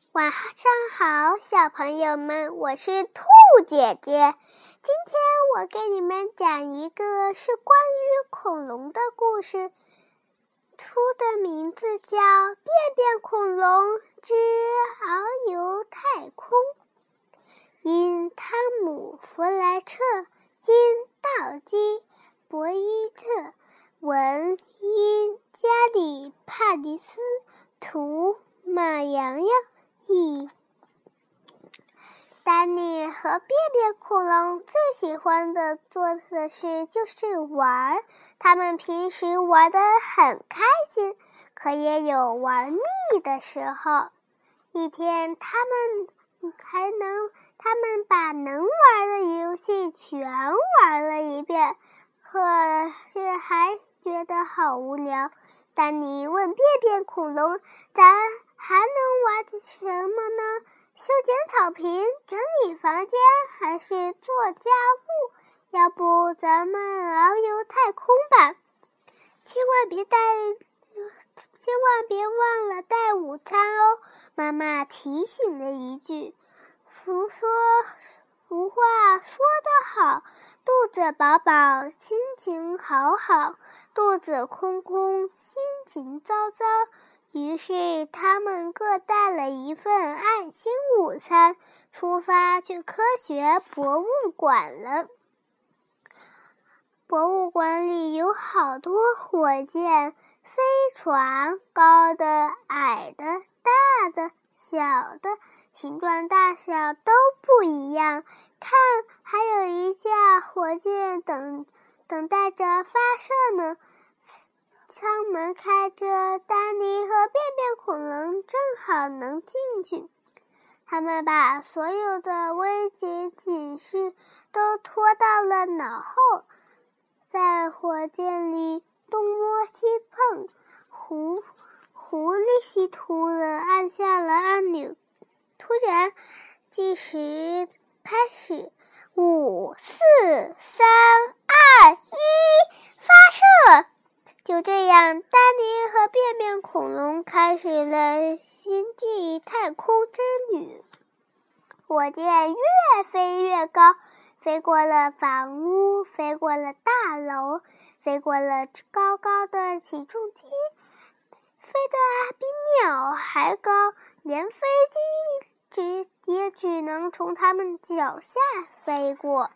晚上好，小朋友们，我是兔姐姐。今天我给你们讲一个是关于恐龙的故事，书的名字叫《便便恐龙之遨游太空》。因汤姆·弗莱彻，因道基·博伊特，文因加里·帕迪斯，图马洋洋译。丹尼和便便恐龙最喜欢做的事就是玩，他们平时玩得很开心，可也有玩腻的时候。一天，他们把能玩的游戏全玩了一遍，可是还觉得好无聊。丹尼问便便恐龙：“咱还能玩什么呢？修剪草坪、整理房间，还是做家务？要不咱们遨游太空吧？千万别忘了带午餐哦！”妈妈提醒了一句。俗话说得好，肚子饱饱，心情好好；肚子空空，心情糟糟。于是他们各带了一份爱心午餐，出发去科学博物馆了。博物馆里有好多火箭、飞船，高的、矮的、大的、小的，形状大小都不一样。看，还有一架火箭等待着发射呢。舱门开着，丹尼和便便恐龙正好能进去。他们把所有的危险警示都拖到了脑后，在火箭里东摸西碰，糊里稀涂地按下了按钮。突然，计时开始，5、4、3、2、1，发射！就这样，丹尼和便便恐龙开始了星际太空之旅。火箭越飞越高，飞过了房屋，飞过了大楼，飞过了高高的起重机，飞得比鸟还高，连飞机也只能从他们脚下飞过。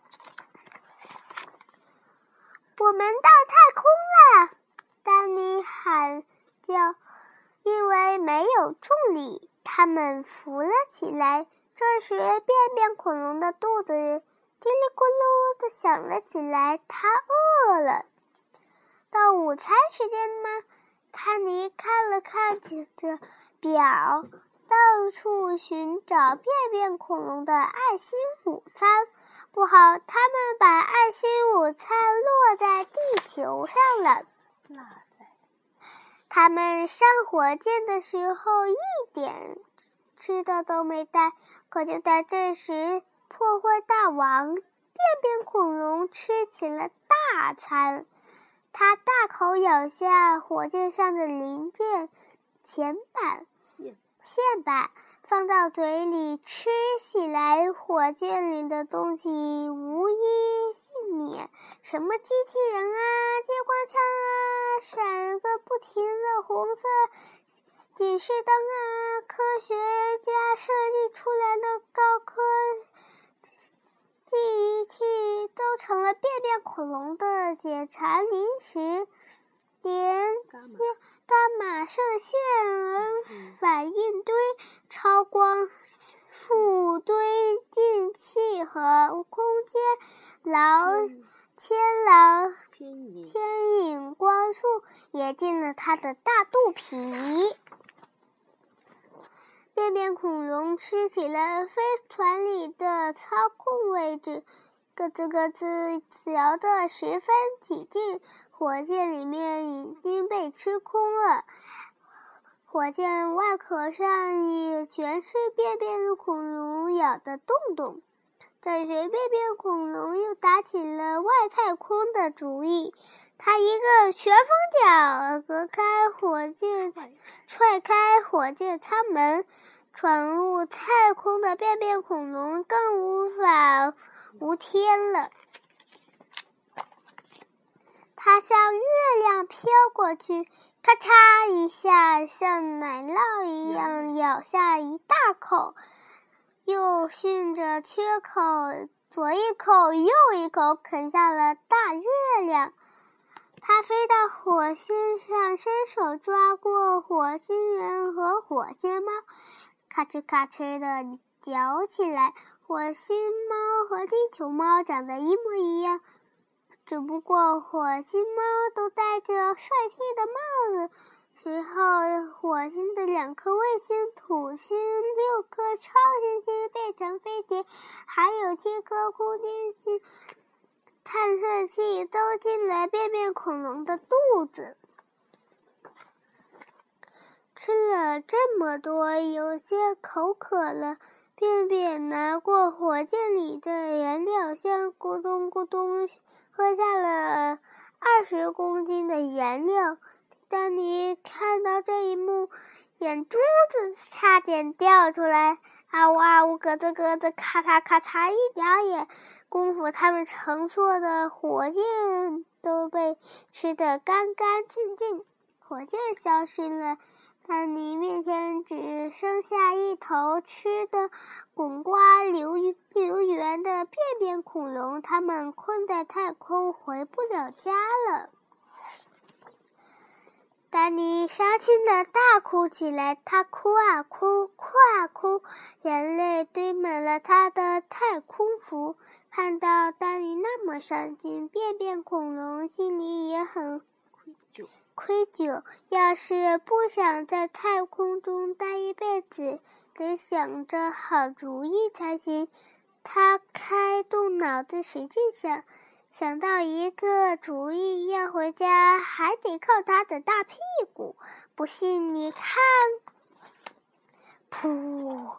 我们到太空了！丹尼喊叫，因为没有重力，他们浮了起来。这时，便便恐龙的肚子叽里咕噜地响了起来，它饿了。到午餐时间吗？丹尼看了看着表，到处寻找便便恐龙的爱心午餐。不好，他们把爱心午餐落在地球上了。他们上火箭的时候一点吃的都没带，可就在这时，破坏大王便便恐龙吃起了大餐。他大口咬下火箭上的零件、线板，放到嘴里吃起来，火箭里的东西无一幸免，什么机器人啊、激光枪啊，闪个不停的红色警示灯啊，科学家设计出来的高科技仪器都成了便便恐龙的解馋零食，连伽马射线而反应堆、超光速推进器和空间牵引光束也进了它的大肚皮。便便恐龙吃起了飞船里的操控位置，咯吱咯吱嚼得十分起劲。火箭里面已经被吃空了，火箭外壳上也全是便便恐龙咬的洞洞。这时，便便恐龙又打起了外太空的主意。他一个旋风脚踹开火箭舱门， 闯入太空的便便恐龙更无法无天了。它向月亮飘过去，咔嚓一下，像奶酪一样咬下一大口，又顺着缺口左一口右一口啃下了大月亮。它飞到火星上，伸手抓过火星人和火星猫，咔哧咔哧地嚼起来。火星猫和地球猫长得一模一样，只不过火星猫都戴着帅气的帽子。随后，火星的2颗卫星、土星6颗超新星变成飞碟，还有7颗空间星探测器都进了便便恐龙的肚子。吃了这么多，有些口渴了。便便拿过火箭里的燃料箱，咕咚咕咚喝下了20公斤的燃料。当你看到这一幕，眼珠子差点掉出来。啊呜啊呜，咯吱咯吱，咔嚓咔嚓，一点也功夫，他们乘坐的火箭都被吃得干干净净。火箭消失了，但你面前只剩下一头吃的滚瓜流圆的便便恐龙，它们困在太空，回不了家了。丹尼伤心地大哭起来，他哭啊哭，哭啊哭，眼泪堆满了他的太空服。看到丹尼那么伤心，便便恐龙心里也很愧疚。要是不想在太空中待一辈子，得想着好主意才行。他开动脑子使劲想，想到一个主意，要回家还得靠他的大屁股。不信你看，噗！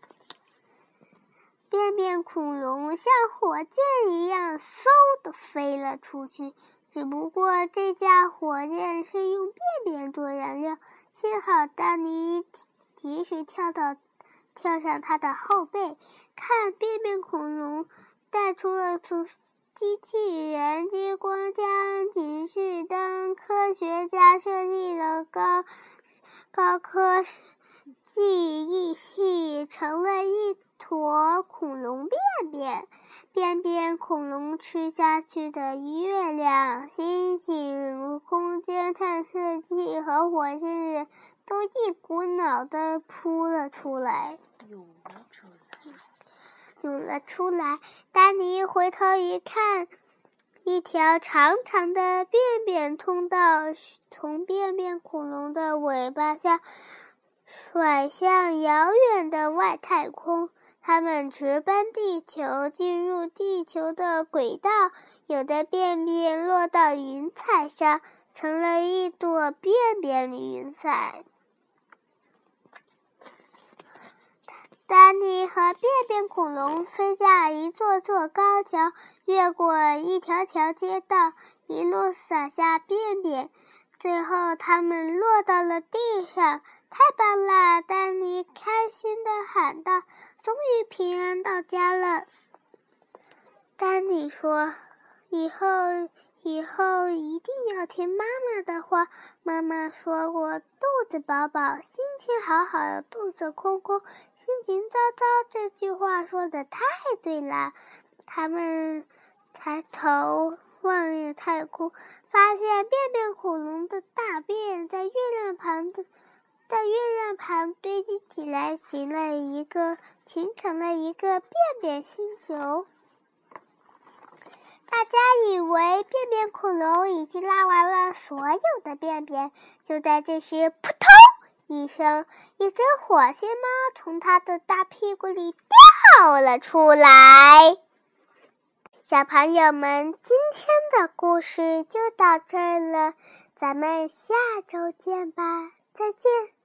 便便恐龙像火箭一样嗖地飞了出去。只不过这架火箭是用便便做燃料，幸好丹尼及时跳上他的后背。看，便便恐龙带出了机器人、激光枪、警示灯，科学家设计的高科技仪器，成了一坨恐龙便便。便便恐龙吃下去的月亮、星星、空间探测器和火星人都一股脑地扑了出来。涌了出来。丹尼回头一看，一条长长的便便通道从便便恐龙的尾巴下甩向遥远的外太空。它们直奔地球，进入地球的轨道，有的便便落到云彩上，成了一朵便便云彩。丹尼和便便恐龙飞下一座座高桥，越过一条条街道，一路撒下便便，最后他们落到了地上。太棒啦！丹尼开心地喊道，终于平安到家了。丹尼说，以后一定要听妈妈的话。妈妈说过，肚子饱饱，心情好好，肚子空空，心情糟糟。这句话说的太对了。他们抬头望着太空，发现便便恐龙的大便在月亮旁堆积起来，形成了一个便便星球。大家以为便便恐龙已经拉完了所有的便便，就在这时，扑通一声，一只火星猫从它的大屁股里掉了出来。小朋友们，今天的故事就到这儿了，咱们下周见吧，再见。